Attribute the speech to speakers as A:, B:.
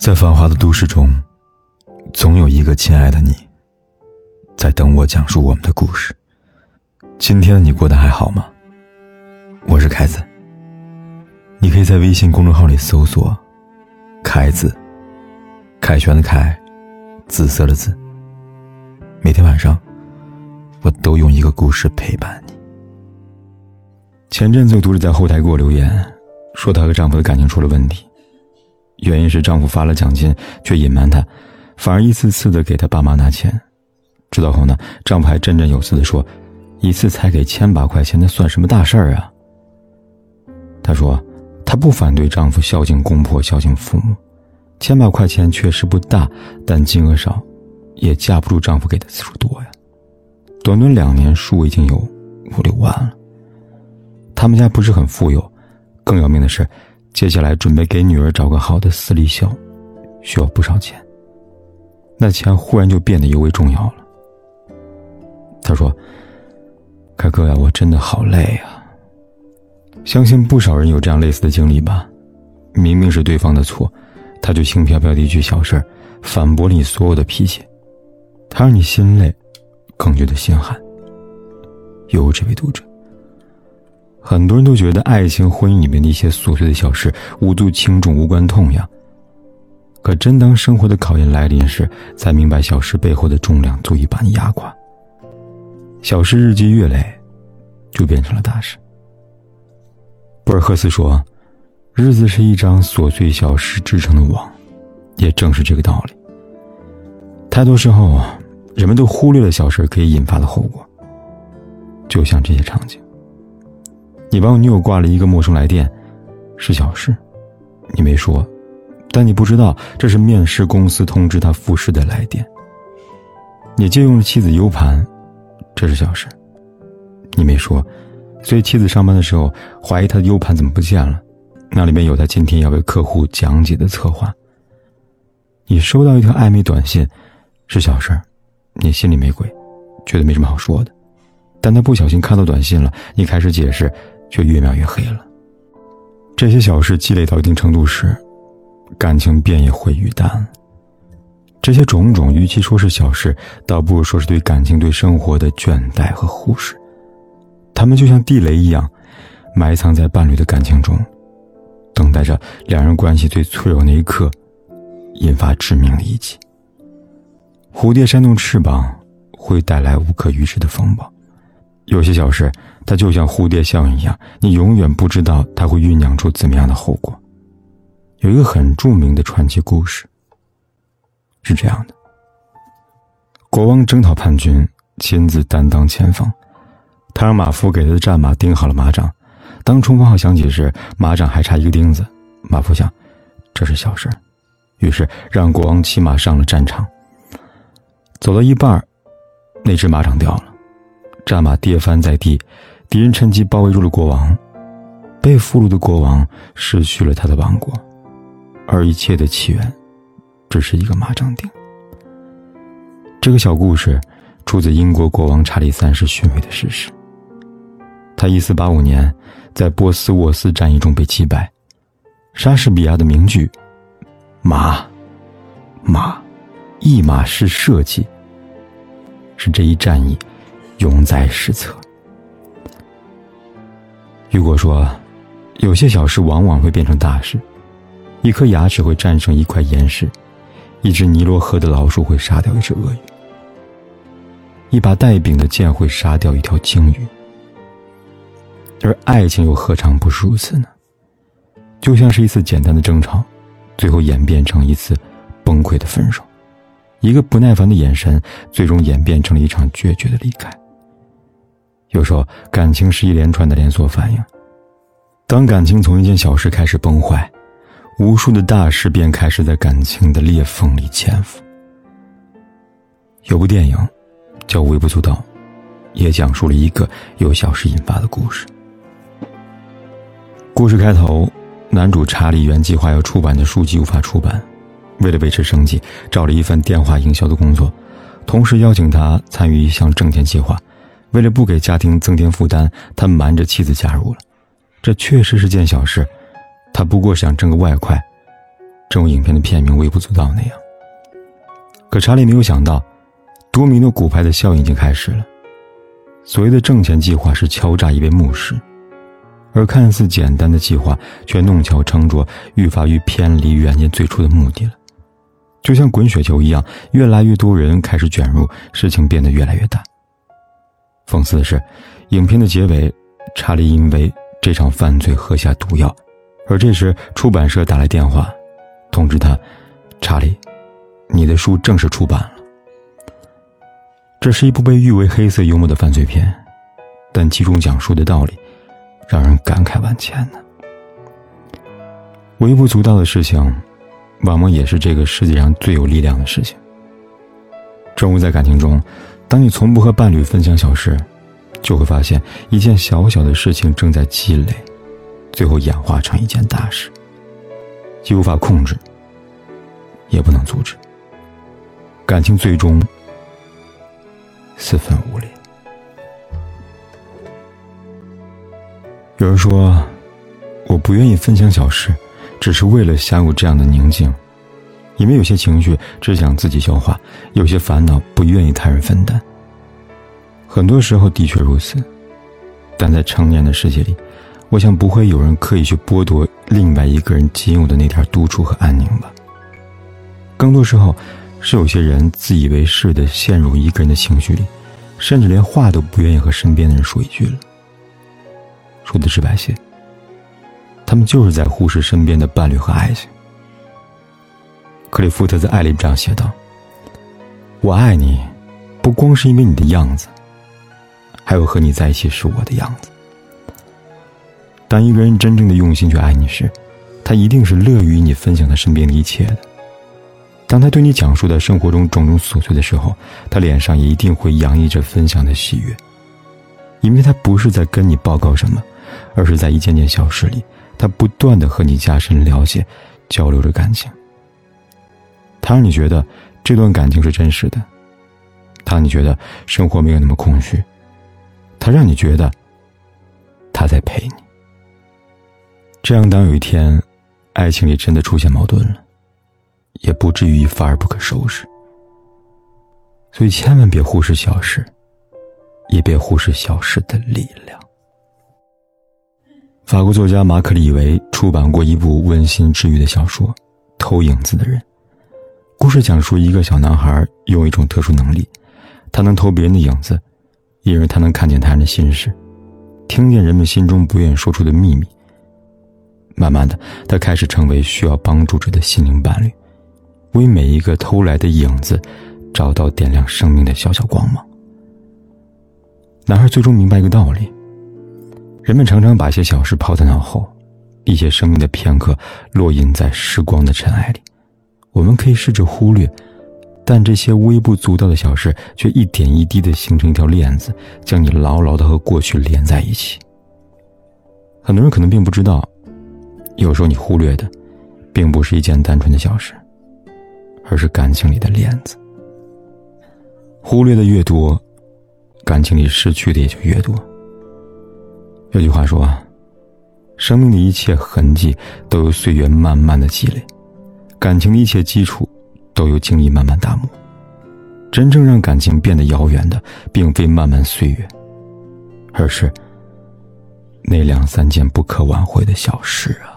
A: 在繁华的都市中，总有一个亲爱的你，在等我讲述我们的故事。今天的你过得还好吗？我是凯子，你可以在微信公众号里搜索凯子，凯旋的凯，紫色的紫。每天晚上我都用一个故事陪伴你。前阵子有读者在后台给我留言，说她和丈夫的感情出了问题，原因是丈夫发了奖金却隐瞒她，反而一次次的给她爸妈拿钱。知道后呢，丈夫还振振有词的说，一次才给1000把块钱，那算什么大事儿啊？她说她不反对丈夫孝敬公婆孝敬父母，1000把块钱确实不大，但金额少也架不住丈夫给的次数多呀。短短2年数已经有5-6万了。他们家不是很富有，更要命的是接下来准备给女儿找个好的私立校，需要不少钱。那钱忽然就变得尤为重要了。他说，凯哥呀，我真的好累啊。相信不少人有这样类似的经历吧。明明是对方的错，他就轻飘飘的一句小事反驳了你所有的脾气，他让你心累，更觉得心寒。有这位读者，很多人都觉得爱情婚姻里面的一些琐碎的小事无足轻重无关痛痒，可真当生活的考验来临时，才明白小事背后的重量足以把你压垮。小事日积月累就变成了大事。博尔赫斯说，日子是一张琐碎小事织成的网，也正是这个道理。太多时候人们都忽略了小事可以引发的后果。就像这些场景，你帮女友挂了一个陌生来电，是小事，你没说，但你不知道这是面试公司通知他复试的来电。你借用了妻子 U 盘，这是小事，你没说，所以妻子上班的时候怀疑他的 U 盘怎么不见了，那里面有他今天要为客户讲解的策划。你收到一条暧昧短信，是小事，你心里没鬼，觉得没什么好说的，但他不小心看到短信了，你开始解释，却越描越黑了。这些小事积累到一定程度时，感情便也会雨淡。这些种种与其说是小事，倒不如说是对感情对生活的倦怠和忽视。他们就像地雷一样，埋藏在伴侣的感情中，等待着两人关系最脆弱那一刻引发致命的一击。蝴蝶扇动翅膀会带来无可预知的风暴，有些小事它就像蝴蝶效应一样，你永远不知道它会酝酿出怎么样的后果。有一个很著名的传奇故事是这样的，国王征讨叛军，亲自担当前锋，他让马夫给他的战马钉好了马掌，当冲锋号响起时，马掌还差一个钉子。马夫想这是小事，于是让国王骑马上了战场。走到一半，那只马掌掉了，战马跌翻在地，敌人趁机包围住了国王。被俘虏的国王失去了他的王国，而一切的起源只是一个马掌钉。这个小故事出自英国国王查理3世逊位的事实。他1485年在波斯沃斯战役中被击败。莎士比亚的名句马一马是社稷，是这一战役永在史册。雨果说，有些小事往往会变成大事，一颗牙齿会战胜一块岩石，一只尼罗河的老鼠会杀掉一只鳄鱼，一把带柄的剑会杀掉一条鲸鱼。而爱情又何尝不是如此呢？就像是一次简单的争吵，最后演变成一次崩溃的分手，一个不耐烦的眼神，最终演变成了一场决绝的离开。有时候感情是一连串的连锁反应，当感情从一件小事开始崩坏，无数的大事便开始在感情的裂缝里潜伏。有部电影叫《微不足道》，也讲述了一个由小事引发的故事。故事开头，男主查理原计划要出版的书籍无法出版，为了维持生计，找了一份电话营销的工作，同时邀请他参与一项挣钱计划。为了不给家庭增添负担，他瞒着妻子加入了。这确实是件小事，他不过想挣个外快， 正如影片的片名微不足道那样。可查理没有想到，多米诺骨牌的效应已经开始了。所谓的挣钱计划是敲诈一位牧师，而看似简单的计划却弄巧成拙，愈发于偏离原先最初的目的了。就像滚雪球一样，越来越多人开始卷入，事情变得越来越大。讽刺的是，影片的结尾，查理因为这场犯罪喝下毒药，而这时出版社打来电话通知他，查理，你的书正式出版了。这是一部被誉为黑色幽默的犯罪片，但其中讲述的道理让人感慨万千呢。微不足道的事情往往也是这个世界上最有力量的事情。正如在感情中，当你从不和伴侣分享小事，就会发现一件小小的事情正在积累，最后演化成一件大事，既无法控制也不能阻止，感情最终四分五裂。有人说，我不愿意分享小事，只是为了享有这样的宁静，因为有些情绪只想自己消化，有些烦恼不愿意他人分担。很多时候的确如此，但在成年的世界里，我想不会有人刻意去剥夺另外一个人仅有的那点独处和安宁吧。更多时候是有些人自以为是地陷入一个人的情绪里，甚至连话都不愿意和身边的人说一句了。说的直白些，他们就是在忽视身边的伴侣和爱情。克里夫特在《爱》里这样写道，我爱你不光是因为你的样子，还有和你在一起是我的样子。当一个人真正的用心去爱你时，他一定是乐于你分享他身边的一切的。当他对你讲述他生活中种种琐碎的时候，他脸上也一定会洋溢着分享的喜悦，因为他不是在跟你报告什么，而是在一件件小事里，他不断地和你加深了解，交流着感情。他让你觉得这段感情是真实的，他让你觉得生活没有那么空虚，他让你觉得他在陪你。这样当有一天爱情里真的出现矛盾了，也不至于一发而不可收拾。所以千万别忽视小事，也别忽视小事的力量。法国作家马克·李维出版过一部温馨治愈的小说《偷影子的人》。故事讲述一个小男孩拥有一种特殊能力，他能偷别人的影子，因为他能看见他人的心事，听见人们心中不愿说出的秘密。慢慢的，他开始成为需要帮助者的心灵伴侣，为每一个偷来的影子找到点亮生命的小小光芒。男孩最终明白一个道理，人们常常把一些小事抛在脑后，一些生命的片刻落印在时光的尘埃里。我们可以试着忽略，但这些微不足道的小事却一点一滴地形成一条链子，将你牢牢地和过去连在一起。很多人可能并不知道，有时候你忽略的并不是一件单纯的小事，而是感情里的链子。忽略的越多，感情里失去的也就越多。有句话说，生命的一切痕迹都由岁月慢慢的积累，感情的一切基础都由经历慢慢打磨。真正让感情变得遥远的，并非漫漫岁月，而是那2-3件不可挽回的小事啊。